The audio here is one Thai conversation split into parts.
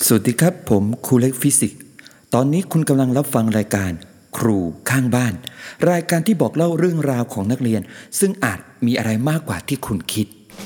สวัสดีครับผมครูเล็กฟิสิกส์ตอนนี้คุณกำลังรับฟังรายการครูข้างบ้านรายการที่บอกเล่าเรื่องราวของนักเรียนซึ่งอาจมีอะไรมากกว่าที่คุณคิด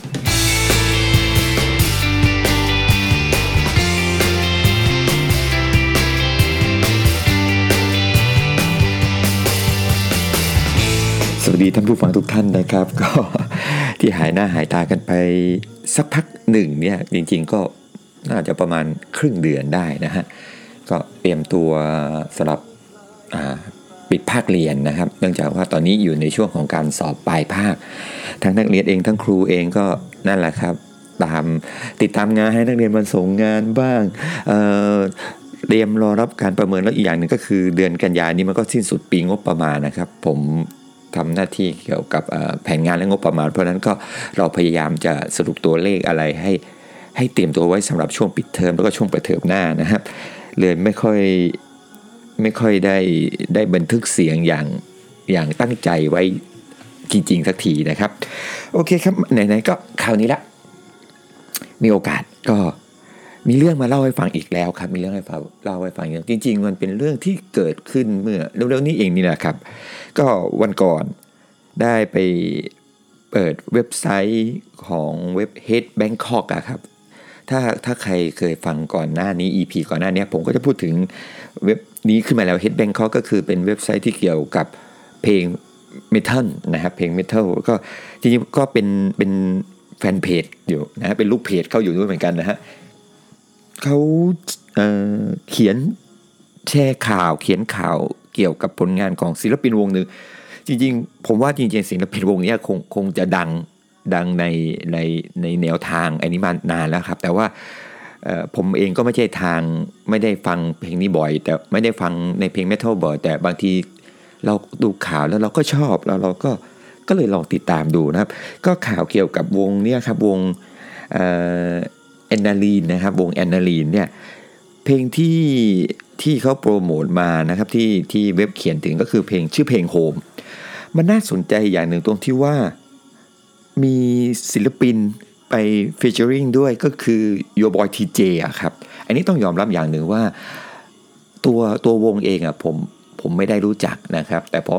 สวัสดีท่านผู้ฟังทุกท่านนะครับก็ที่หายหน้าหายตากันไปสักพักหนึ่งเนี่ยจริงๆก็น่าจะประมาณครึ่งเดือนได้นะฮะก็เตรียมตัวสำหรับปิดภาคเรียนนะครับเนื่องจากว่าตอนนี้อยู่ในช่วงของการสอบปลายภาคทั้งนักเรียนเองทั้งครูเองก็นั่นแหละครับติดตามงานให้นักเรียนมาส่งงานบ้างเตรียมรอรับการประเมินแล้วอีกอย่างหนึ่งก็คือเดือนกันยายนนี้มันก็สิ้นสุดปีงบประมาณนะครับผมทำหน้าที่เกี่ยวกับแผนงานและงบประมาณเพราะนั้นก็เราพยายามจะสรุปตัวเลขอะไรให้เตรียมตัวไว้สำหรับช่วงปิดเทอมแล้วก็ช่วงเปิดเทอมหน้านะครับเลยไม่ค่อยได้บันทึกเสียงอย่างตั้งใจไว้จริงๆสักทีนะครับโอเคครับไหนๆก็คราวนี้ละมีโอกาสก็มีเรื่องมาเล่าให้ฟังอีกแล้วครับมีเรื่องให้เล่าให้ฟังจริงๆมันเป็นเรื่องที่เกิดขึ้นเมื่อเร็วๆนี้เองนี่แหละครับก็วันก่อนได้ไปเปิดเว็บไซต์ของเว็บ Head Bangkok อะครับถ้าใครเคยฟังก่อนหน้านี้ EP ก่อนหน้านี้ผมก็จะพูดถึงเว็บนี้ขึ้นมาแล้ว Head Bangkok ก็คือเป็นเว็บไซต์ที่เกี่ยวกับเพลงเมทัลนะครับเพลงเมทัลก็จริงๆก็เป็นแฟนเพจอยู่นะฮะเป็นลูกเพจเขาอยู่ด้วยเหมือนกันนะฮะเขาเขียนแชร์ข่าวเขียนข่าวเกี่ยวกับผลงานของศิลปินวงหนึ่งจริงๆผมว่าจริงๆศิลปินวงนี้คงจะดังในแนวทางอันนี้มานานแล้วครับแต่ว่าผมเองก็ไม่ได้ฟังเพลงนี้บ่อยแต่ไม่ได้ฟังในเพลงเมทัลบ่อยแต่บางทีเราดูข่าวแล้วเราก็ชอบแล้วเราก็เลยลองติดตามดูนะครับก็ข่าวเกี่ยวกับวงเนี่ยครับวงแอนนาลีนนะครับวงแอนนาลีนเนี่ยเพลงที่เขาโปรโมทมานะครับที่เว็บเขียนถึงก็คือชื่อเพลงโฮมมันน่าสนใจอย่างหนึ่งตรงที่ว่ามีศิลปินไปฟีเจอริงด้วยก็คือ Your Boy TJ อะครับอันนี้ต้องยอมรับอย่างหนึ่งว่าตัววงเองอะผมไม่ได้รู้จักนะครับแต่พอ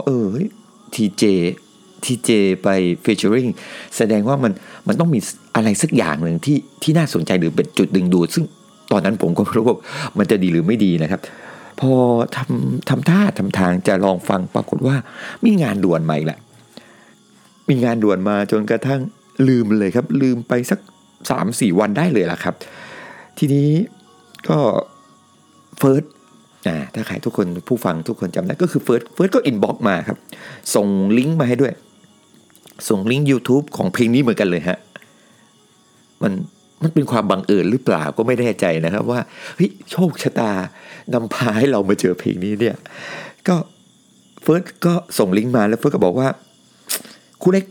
TJ ไปฟีเจอริงแสดงว่ามันต้องมีอะไรสักอย่างหนึ่งที่น่าสนใจหรือเป็นจุดดึงดูดซึ่งตอนนั้นผมก็ไม่รู้ว่ามันจะดีหรือไม่ดีนะครับพอทำท่าทำทางจะลองฟังปรากฏว่ามีงานด่วนใหม่แหละมีงานด่วนมาจนกระทั่งลืมเลยครับลืมไปสัก 3-4 วันได้เลยล่ะครับทีนี้ก็เฟิร์สถ้าใครทุกคนผู้ฟังทุกคนจำได้ก็คือเฟิร์สก็อินบ็อกซ์มาครับส่งลิงก์มาให้ด้วยส่งลิงก์ YouTube ของเพลงนี้เหมือนกันเลยฮะมันเป็นความบังเอิญหรือเปล่าก็ไม่แน่ใจนะครับว่าเฮ้ยโชคชะตานำพาให้เรามาเจอเพลงนี้เนี่ยก็เฟิร์สก็ส่งลิงก์มาแล้วเฟิร์สก็บอกว่าครูเล็ก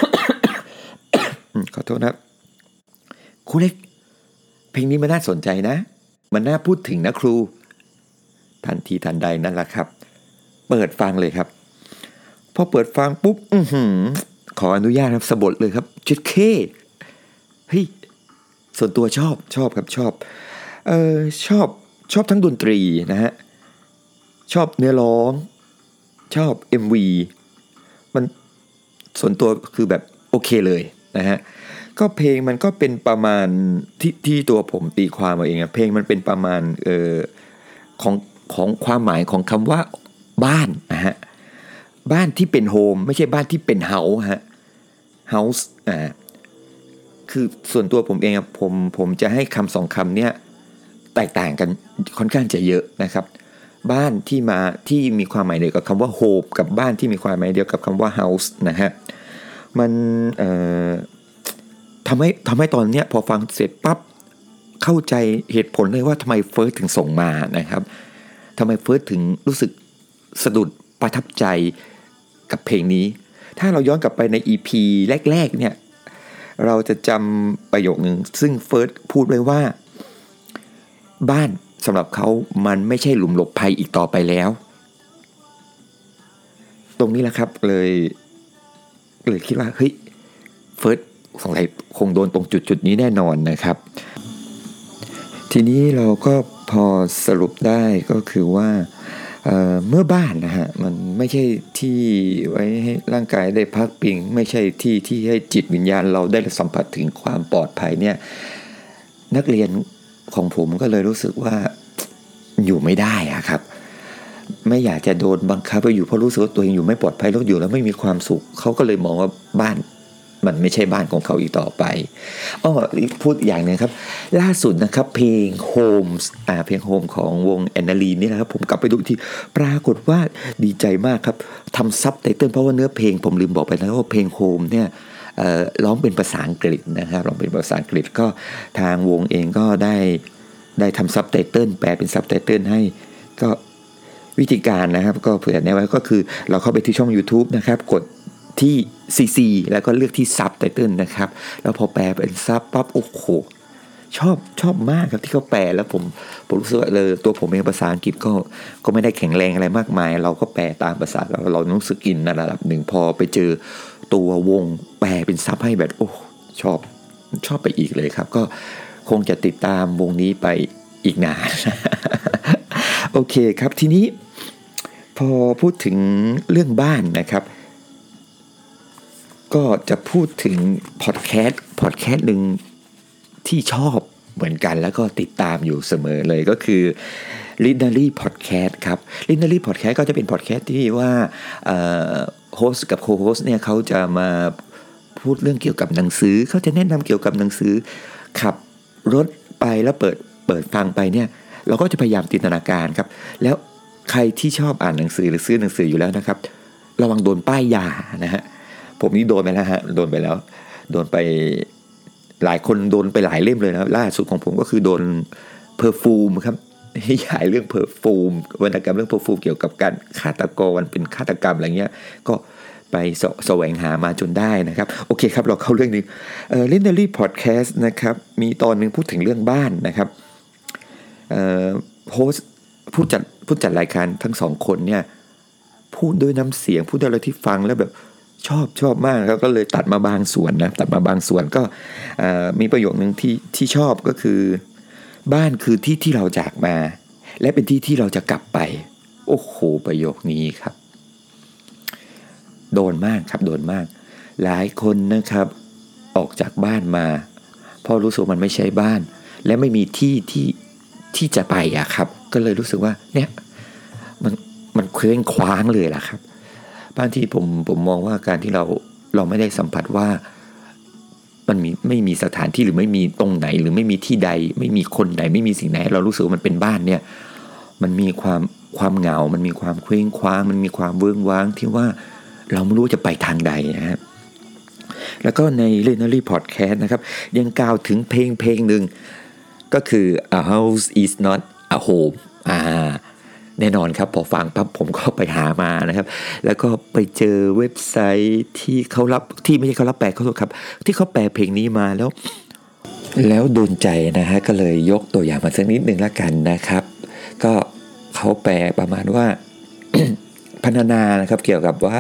ขอโทษนะครูเล็กเพลงนี้มันน่าสนใจนะมันน่าพูดถึงนะครูทันทีทันใดนั่นแหละครับเปิดฟังเลยครับพอเปิดฟังปุ๊บขออนุญาตครับสะบัดเลยครับจุดเคเฮ้ยส่วนตัวชอบครับชอบทั้งดนตรีนะฮะชอบเนื้อร้องชอบ MV มันส่วนตัวคือแบบโอเคเลยนะฮะก็เพลงมันก็เป็นประมาณที่ตัวผมตีความมาเองเพลงมันเป็นประมาณของความหมายของคำว่าบ้านนะฮะบ้านที่เป็นโฮมไม่ใช่บ้านที่เป็นเฮาส์ฮะเฮาส์คือส่วนตัวผมเองผมจะให้คำสองคำเนี้ยแตกต่างกันค่อนข้างจะเยอะนะครับบ้านที่มีความหมายเดียวกับคำว่าโฮมกับบ้านที่มีความหมายเดียวกับคำว่าเฮาส์นะฮะมันทำให้ตอนเนี้ยพอฟังเสร็จปั๊บเข้าใจเหตุผลเลยว่าทำไมเฟิร์สถึงส่งมานะครับทำไมเฟิร์สถึงรู้สึกสะดุดประทับใจกับเพลงนี้ถ้าเราย้อนกลับไปใน EP แรกๆเนี่ยเราจะจำประโยคนึงซึ่งเฟิร์สพูดไว้ว่าบ้านสำหรับเขามันไม่ใช่หลุมหลบภัยอีกต่อไปแล้วตรงนี้แหละครับเลยคิดว่าเฮ้ยเฟิร์สสงสัยคงโดนตรงจุดนี้แน่นอนนะครับททีนี้เราก็พอสรุปได้ก็คือว่าเมื่อบ้านนะฮะมันไม่ใช่ที่ไว้ให้ร่างกายได้พักพิงไม่ใช่ที่ที่ให้จิตวิญญาณเราได้สัมผัสถึงความปลอดภัยเนี่ยนักเรียนของผมก็เลยรู้สึกว่าอยู่ไม่ได้อะครับไม่อยากจะโดนบังคับไปอยู่เพราะรู้สึกว่าตัวเองอยู่ไม่ปลอดภัยแล้วอยู่แล้วไม่มีความสุขเขาก็เลยมองว่าบ้านมันไม่ใช่บ้านของเขาอีกต่อไปพูดอย่างนึงครับล่าสุดนะครับเพลง Homes เพลง Home ของวงแอนนาลีนี่นะครับผมกลับไปดูที่ปรากฏว่าดีใจมากครับทำซับไตเติลเพราะว่าเนื้อเพลงผมลืมบอกไปแล้วว่าเพลง Home เนี่ยร้องเป็นภาษาอังกฤษนะครับร้องเป็นภาษาอังกฤษก็ทางวงเองก็ได้ทำซับไตเติลแปลเป็นซับไตเติลให้ก็วิธีการนะครับก็เผื่อแนะไว้ก็คือเราเข้าไปที่ช่อง YouTube นะครับกดที่ CC แล้วก็เลือกที่ซับไตเติลนะครับแล้วพอแปลเป็นซับปั๊บโอ้โหชอบมากครับที่เขาแปลแล้วผมรู้สึกว่าตัวผมเองภาษาอังกฤษก็ไม่ได้แข็งแรงอะไรมากมายเราก็แปลตามภาษาเรารู้สึกอินในระดับหนึ่งพอไปเจอตัววงแปลเป็นซับให้แบบโอ้ชอบไปอีกเลยครับก็คงจะติดตามวงนี้ไปอีกนาน โอเคครับทีนี้พอพูดถึงเรื่องบ้านนะครับก็จะพูดถึงพอดแคสต์หนึ่งที่ชอบเหมือนกันแล้วก็ติดตามอยู่เสมอเลยก็คือ Literary Podcast ครับ Literary Podcast ก็จะเป็นพอดแคสต์ที่ว่าโฮสต์กับโคโฮสต์เนี่ยเขาจะมาพูดเรื่องเกี่ยวกับหนังสือเขาจะแนะนำเกี่ยวกับหนังสือขับรถไปแล้วเปิดฟังไปเนี่ยเราก็จะพยายามจินตนาการครับแล้วใครที่ชอบอ่านหนังสือหรือซื้อหนังสืออยู่แล้วนะครับระวังโดนป้ายยานะฮะผมนี่โดนไปแล้วฮะโดนไปหลายคนโดนไปหลายเล่มเลยนะล่าสุดของผมก็คือโดนเพอร์ฟูมครับนิยายเรื่องเพอร์ฟูมวรรณกรรมเรื่องเพอร์ฟูมเกี่ยวกับการฆาตกรเป็นฆาตกรรมอะไรเงี้ยก็ไปแสวงหามาจนได้นะครับโอเคครับเราเข้าเรื่องนึงLiterary Podcast นะครับมีตอนนึงพูดถึงเรื่องบ้านนะครับโฮสต์ผู้จัดรายการทั้งสองคนเนี่ยพูดด้วยน้ำเสียงพูดด้วยอะไรที่ฟังแล้วแบบชอบมากครับก็เลยตัดมาบางส่วนก็มีประโยคนึงที่ชอบก็คือบ้านคือที่ที่เราจากมาและเป็นที่ที่เราจะกลับไปโอ้โหประโยคนี้ครับโดนมากครับโดนมากหลายคนนะครับออกจากบ้านมาพอรู้สึกมันไม่ใช่บ้านและไม่มีที่จะไปอะครับก็เลยรู้สึกว่าเนี่ยมันเคว้งคว้างเลยล่ะครับบางทีผมมองว่าการที่เราไม่ได้สัมผัสว่ามันไม่มีสถานที่หรือไม่มีตรงไหนหรือไม่มีที่ใดไม่มีคนไหนไม่มีสิ่งไหนเรารู้สึกว่ามันเป็นบ้านเนี่ยมันมีความเหงามันมีความเคว้งคว้างมันมีความเวิ้งว้างที่ว่าเราไม่รู้จะไปทางใดนะฮะแล้วก็ใน Literary Podcast นะครับยังกล่าวถึงเพลงหนึ่งก็คือ A House is not a home แน่นอนครับพอฟังปั๊บผมก็ไปหามานะครับแล้วก็ไปเจอเว็บไซต์ที่เขารับที่ไม่ใช่เขารับแปลเขาครับที่เขาแปลเพลงนี้มาแล้วโดนใจนะฮะก็เลยยกตัวอย่างมาสักนิดนึงละกันนะครับก็เขาแปลประมาณว่า พรรณนานะครับเกี่ยวกับว่า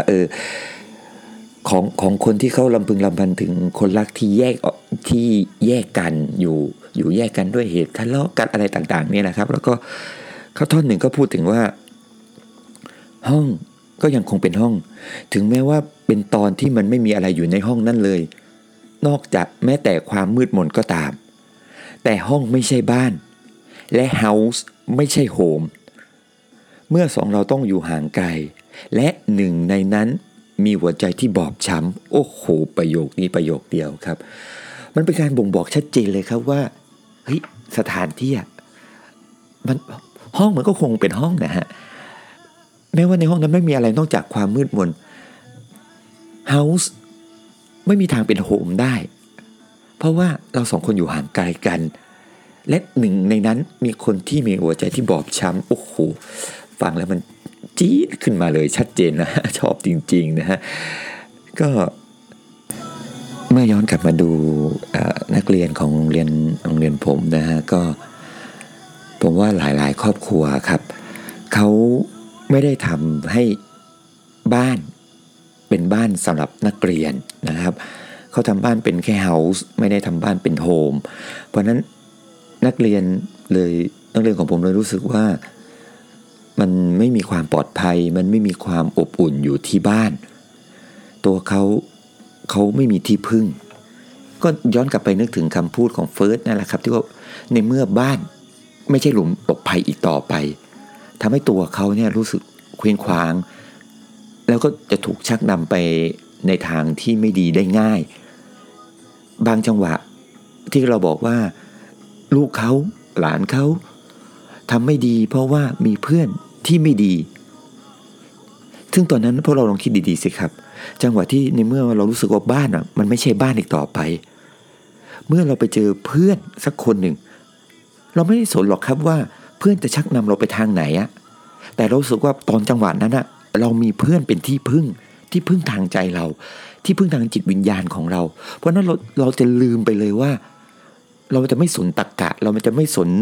ของคนที่เขาลำพึงลำพันถึงคนรักที่แยกกันอยู่แยกกันด้วยเหตุทะเลาะกันอะไรต่างๆเนี่ยนะครับแล้วก็เขาท่อนหนึ่งก็พูดถึงว่าห้องก็ยังคงเป็นห้องถึงแม้ว่าเป็นตอนที่มันไม่มีอะไรอยู่ในห้องนั่นเลยนอกจากแม้แต่ความมืดมนก็ตามแต่ห้องไม่ใช่บ้านและ house ไม่ใช่ home เมื่อสองเราต้องอยู่ห่างไกลและหนึ่งในนั้นมีหัวใจที่บอบช้ำโอ้โหประโยคนี้ประโยคเดียวครับมันเป็นการบ่งบอกชัดเจนเลยครับว่าเฮ้ยสถานที่มันห้องมันก็คงเป็นห้องนะฮะแม้ว่าในห้องนั้นไม่มีอะไรนอกจากความมืดมน House ไม่มีทางเป็นโฮมได้เพราะว่าเราสองคนอยู่ห่างไกลกันและหนึ่งในนั้นมีคนที่มีหัวใจที่บอบช้ำโอ้โหฟังแล้วมันจี๊ดขึ้นมาเลยชัดเจนนะชอบจริงๆนะฮะก็เมื่อย้อนกลับมาดูนักเรียนของโรงเรียนผมนะฮะก็ผมว่าหลายๆครอบครัวครับเขาไม่ได้ทำให้บ้านเป็นบ้านสำหรับนักเรียนนะครับเขาทำบ้านเป็นแค่เฮาส์ไม่ได้ทำบ้านเป็นโฮมเพราะนั้นนักเรียนของผมเลยรู้สึกว่ามันไม่มีความปลอดภัยมันไม่มีความอบอุ่นอยู่ที่บ้านตัวเขาไม่มีที่พึ่งก็ย้อนกลับไปนึกถึงคำพูดของเฟิร์สนั่นแหละครับที่ว่าในเมื่อบ้านไม่ใช่หลุมหลบภัยอีกต่อไปทำให้ตัวเขาเนี่ยรู้สึกเคว้งคว้างแล้วก็จะถูกชักนำไปในทางที่ไม่ดีได้ง่ายบางจังหวะที่เราบอกว่าลูกเขาหลานเขาทำไม่ดีเพราะว่ามีเพื่อนที่ไม่ดีซึ่งตอนนั้นพวกเราลองคิดดีๆสิครับจังหวะที่ในเมื่อเรารู้สึกว่าบ้านมันไม่ใช่บ้านอีกต่อไปเมื่อเราไปเจอเพื่อนสักคนหนึ่งเราไม่ได้สนหรอกครับว่าเพื่อนจะชักนำเราไปทางไหนแต่เรารู้สึกว่าตอนจังหวะนั้นเรามีเพื่อนเป็นที่พึ่งทางใจเราที่พึ่งทางจิตวิญญาณของเราเพราะนั้นเราจะลืมไปเลยว่าเราจะไม่สนตรรกะเราจะไม่สน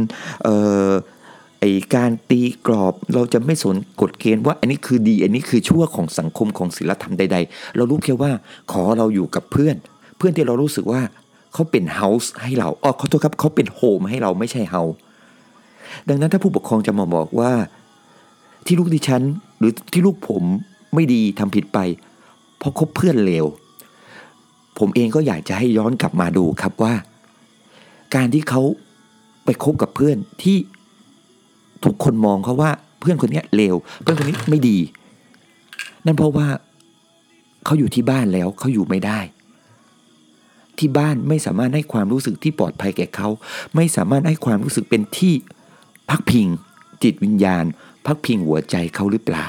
การตีกรอบเราจะไม่สนกฎเกณฑ์ว่าอันนี้คือดีอันนี้คือชั่วของสังคมของศีลธรรมใดๆเรารู้แค่ว่าขอเราอยู่กับเพื่อนที่เรารู้สึกว่าเขาเป็นเฮาส์ให้เราขอโทษครับเขาเป็นโฮมให้เราไม่ใช่เฮาส์ดังนั้นถ้าผู้ปกครองจะมาบอกว่าที่ลูกดิฉันหรือที่ลูกผมไม่ดีทำผิดไปเพราะคบเพื่อนเลวผมเองก็อยากจะให้ย้อนกลับมาดูครับว่าการที่เขาไปคบกับเพื่อนที่ทุกคนมองเขาว่าเพื่อนคนนี้เลวเพื่อนคนนี้ไม่ดีนั่นเพราะว่าเขาอยู่ที่บ้านแล้วเขาอยู่ไม่ได้ที่บ้านไม่สามารถให้ความรู้สึกที่ปลอดภัยแก่เขาไม่สามารถให้ความรู้สึกเป็นที่พักพิงจิตวิญญาณพักพิงหัวใจเขาหรือเปล่า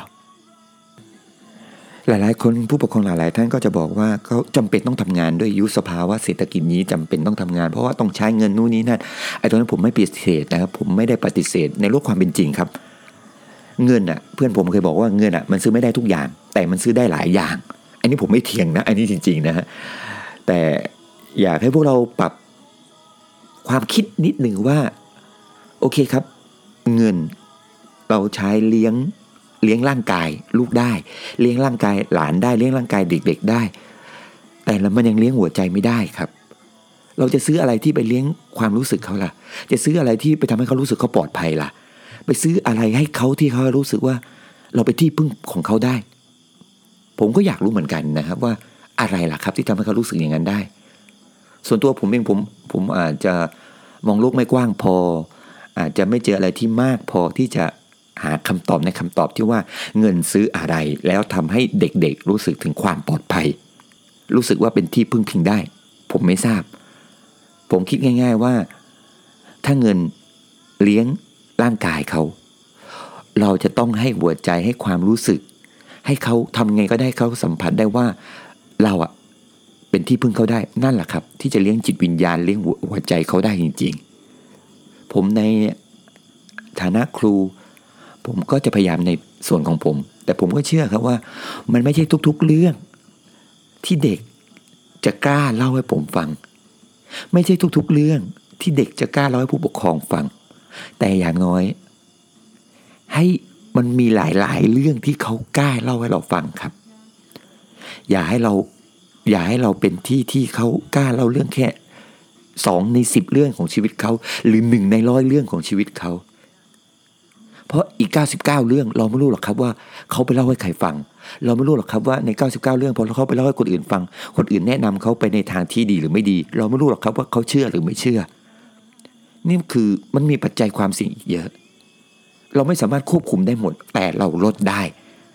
หลายๆคนผู้ปกครองหลายๆท่านก็จะบอกว่าเขาจำเป็นต้องทำงานด้วยยุคสภาวะเศรษฐกิจนี้จำเป็นต้องทำงานเพราะว่าต้องใช้เงินนู่นนี่นั่นตรงนั้นผมไม่ปฏิเสธนะครับผมไม่ได้ปฏิเสธในโลกความเป็นจริงครับเงินเพื่อนผมเคยบอกว่าเงินมันซื้อไม่ได้ทุกอย่างแต่มันซื้อได้หลายอย่างอันนี้ผมไม่เถียงนะอันนี้จริงๆนะฮะแต่อยากให้พวกเราปรับความคิดนิดหนึ่งว่าโอเคครับเงินเราใช้เลี้ยงร่างกายลูกได้เลี้ยงร่างกายหลานได้เลี้ยงร่างกายเด็กๆได้แต่มันยังเลี้ยงหัวใจไม่ได้ครับเราจะซื้ออะไรที่ไปเลี้ยงความรู้สึกเขาล่ะจะซื้ออะไรที่ไปทำให้เขารู้สึกเขาปลอดภัยล่ะไปซื้ออะไรให้เขาที่เขารู้สึกว่าเราไปที่พึ่งของเขาได้ผมก็อยากรู้เหมือนกันนะครับว่าอะไรล่ะครับที่ทำให้เขารู้สึกอย่างนั้นได้ส่วนตัวผมเองผมอาจจะมองโลกไม่กว้างพออาจจะไม่เจออะไรที่มากพอที่จะหาคำตอบในคำตอบที่ว่าเงินซื้ออะไรแล้วทำให้เด็กๆรู้สึกถึงความปลอดภัยรู้สึกว่าเป็นที่พึ่งพิงได้ผมไม่ทราบผมคิดง่ายๆว่าถ้าเงินเลี้ยงร่างกายเขาเราจะต้องให้หัวใจให้ความรู้สึกให้เขาทำไงก็ได้เขาสัมผัสได้ว่าเราเป็นที่พึ่งเขาได้นั่นแหละครับที่จะเลี้ยงจิตวิญญาณเลี้ยงหัวใจเขาได้จริงๆผมในฐานะครูผมก็จะพยายามในส่วนของผมแต่ผมก็เชื่อครับว่ามันไม่ใช่ทุกๆเรื่องที่เด็กจะกล้าเล่าให้ผมฟังไม่ใช่ทุกๆเรื่องที่เด็กจะกล้าเล่าให้ผู้ปกครองฟังแต่อย่างน้อยให้มันมีหลายๆเรื่องที่เขากล้าเล่าให้เราฟังครับอย่าให้เราเป็นที่เขากล้าเล่าเรื่องแค่2 ใน 10เรื่องของชีวิตเขาหรือ1 ใน 100เรื่องของชีวิตเขาเพราะอีก99เรื่องเราไม่รู้หรอกครับว่าเขาไปเล่าให้ใครฟังเราไม่รู้หรอกครับว่าใน99เรื่องพอเขาไปเล่าให้คนอื่นฟังคนอื่นแนะนำเขาไปในทางที่ดีหรือไม่ดีเราไม่รู้หรอกครับว่าเขาเชื่อหรือไม่เชื่อนี่คือมันมีปัจจัยความเสี่ยงอีกเยอะเราไม่สามารถควบคุมได้หมดแต่เราลดได้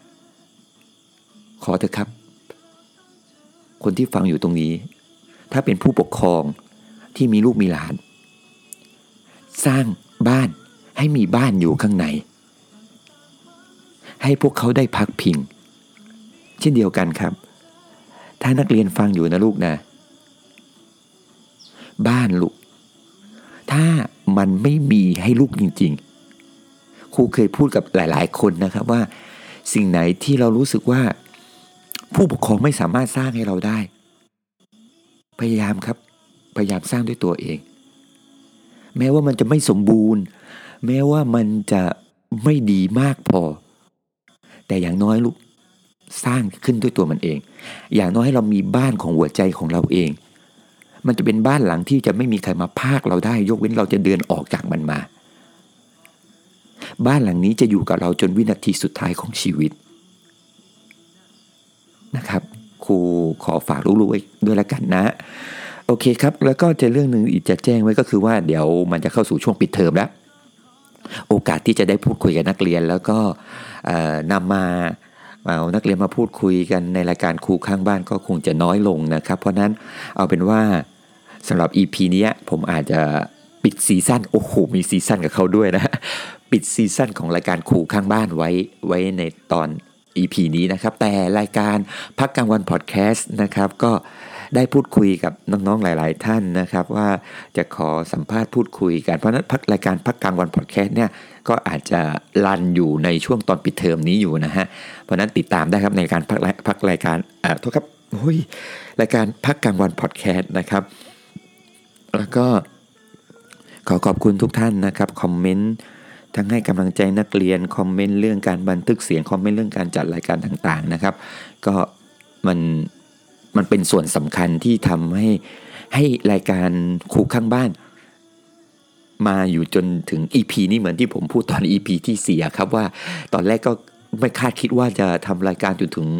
ขอเถอะครับคนที่ฟังอยู่ตรงนี้ถ้าเป็นผู้ปกครองที่มีลูกมีหลานสร้างบ้านให้มีบ้านอยู่ข้างในให้พวกเขาได้พักพิงเช่นเดียวกันครับถ้านักเรียนฟังอยู่นะลูกนะบ้านลูกถ้ามันไม่มีให้ลูกจริงๆครูเคยพูดกับหลายๆคนนะครับว่าสิ่งไหนที่เรารู้สึกว่าผู้ปกครองไม่สามารถสร้างให้เราได้พยายามสร้างด้วยตัวเองแม้ว่ามันจะไม่สมบูรณ์แม้ว่ามันจะไม่ดีมากพอแต่อย่างน้อยลูกสร้างขึ้นด้วยตัวมันเองอย่างน้อยให้เรามีบ้านของหัวใจของเราเองมันจะเป็นบ้านหลังที่จะไม่มีใครมาพากเราได้ยกเว้นเราจะเดินออกจากมันมาบ้านหลังนี้จะอยู่กับเราจนวินาทีสุดท้ายของชีวิตนะครับครูขอฝากลูกๆไว้ด้วยละกันนะโอเคครับแล้วก็จะเรื่องนึงอีกจะแจ้งไว้ก็คือว่าเดี๋ยวมันจะเข้าสู่ช่วงปิดเทอมแล้วโอกาสที่จะได้พูดคุยกับนักเรียนแล้วก็นำมาเอานักเรียนมาพูดคุยกันในรายการครูข้างบ้านก็คงจะน้อยลงนะครับเพราะนั้นเอาเป็นว่าสำหรับ EP นี้ผมอาจจะปิดซีซั่นโอ้โหมีซีซั่นกับเขาด้วยนะปิดซีซั่นของรายการครูข้างบ้านไว้ในตอน EP นี้นะครับแต่รายการพักกลางวันพอดแคสต์นะครับก็ได้พูดคุยกับน้องๆหลายๆท่านนะครับว่าจะขอสัมภาษณ์พูดคุยกันเพราะนั้นรายการพักกลางวันพอดแคสต์เนี่ยก็อาจจะรันอยู่ในช่วงตอนปิดเทอมนี้อยู่นะฮะเพราะนั้นติดตามได้ครับในการพักรายการโทษครับรายการพักกลางวันพอดแคสต์นะครับแล้วก็ขอขอบคุณทุกท่านนะครับคอมเมนต์ทั้งให้กำลังใจนักเรียนคอมเมนต์เรื่องการบันทึกเสียงคอมเมนต์เรื่องการจัดรายการต่างๆนะครับก็มันเป็นส่วนสำคัญที่ทำให้รายการครูข้างบ้านมาอยู่จนถึง EP นี้เหมือนที่ผมพูดตอน EP ที่4ครับว่าตอนแรกก็ไม่คาดคิดว่าจะทำรายการจนถึง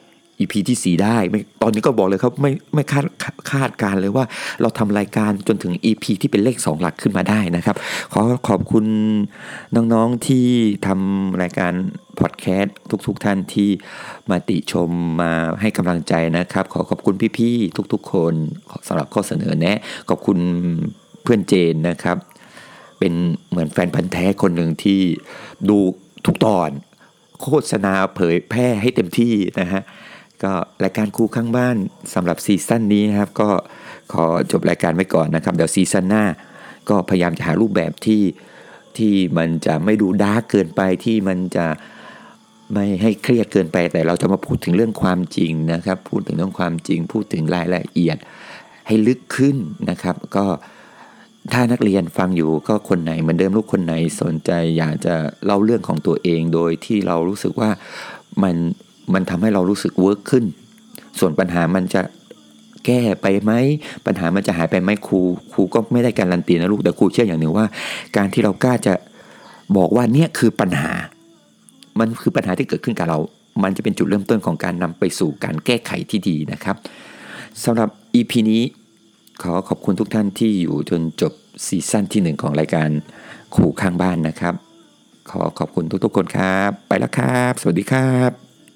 EP ที่4ได้ตอนนี้ก็บอกเลยครับไม่คาดการเลยว่าเราทำรายการจนถึง EP ที่เป็นเลข2หลักขึ้นมาได้นะครับขอขอบคุณน้องๆที่ทำรายการพอดแคสต์ทุกท่านที่มาติชมมาให้กำลังใจนะครับขอขอบคุณพี่ๆทุกๆคนสำหรับข้อเสนอแนะขอบคุณเพื่อนเจนนะครับเป็นเหมือนแฟนพันธุ์แท้คนหนึ่งที่ดูทุกตอนโฆษณาเผยแพร่ให้เต็มที่นะฮะก็รายการครูข้างบ้านสำหรับซีซั่นนี้นะครับก็ขอจบรายการไว้ก่อนนะครับเดี๋ยวซีซั่นหน้าก็พยายามจะหารูปแบบที่มันจะไม่ดูดาร์กเกินไปที่มันจะไม่ให้เครียดเกินไปแต่เราจะมาพูดถึงเรื่องความจริงนะครับพูดถึงเรื่องความจริงพูดถึงรายละเอียดให้ลึกขึ้นนะครับก็ถ้านักเรียนฟังอยู่ก็คนไหนเหมือนเดิมลูกคนไหนสนใจอยากจะเล่าเรื่องของตัวเองโดยที่เรารู้สึกว่ามันทำให้เรารู้สึกเวิร์กขึ้นส่วนปัญหามันจะแก้ไปไหมปัญหามันจะหายไปไหมครูก็ไม่ได้การันตีนะลูกแต่ครูเชื่ออย่างหนึ่งว่าการที่เรากล้าจะบอกว่าเนี่ยคือปัญหามันคือปัญหาที่เกิดขึ้นกับเรามันจะเป็นจุดเริ่มต้นของการนำไปสู่การแก้ไขที่ดีนะครับสำหรับ EP นี้ขอขอบคุณทุกท่านที่อยู่จนจบซีซั่นที่1ของรายการครูข้างบ้านนะครับขอขอบคุณทุกๆคนครับไปแล้วครับสวัสดีครับ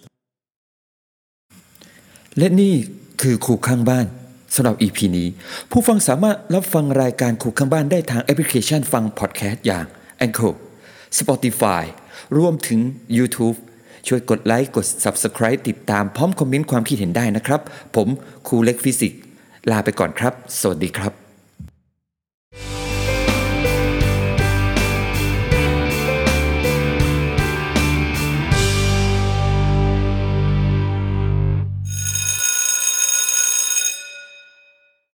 และนี่คือครูข้างบ้านสำหรับ EP นี้ผู้ฟังสามารถรับฟังรายการครูข้างบ้านได้ทางแอปพลิเคชันฟังพอดแคสต์อย่าง Anchor Spotify รวมถึง YouTube ช่วยกดไลค์กด Subscribe ติดตามพร้อมคอมเมนต์ความคิดเห็นได้นะครับผมครูเล็กฟิสิกส์ลาไปก่อนครับสวัสดีครับ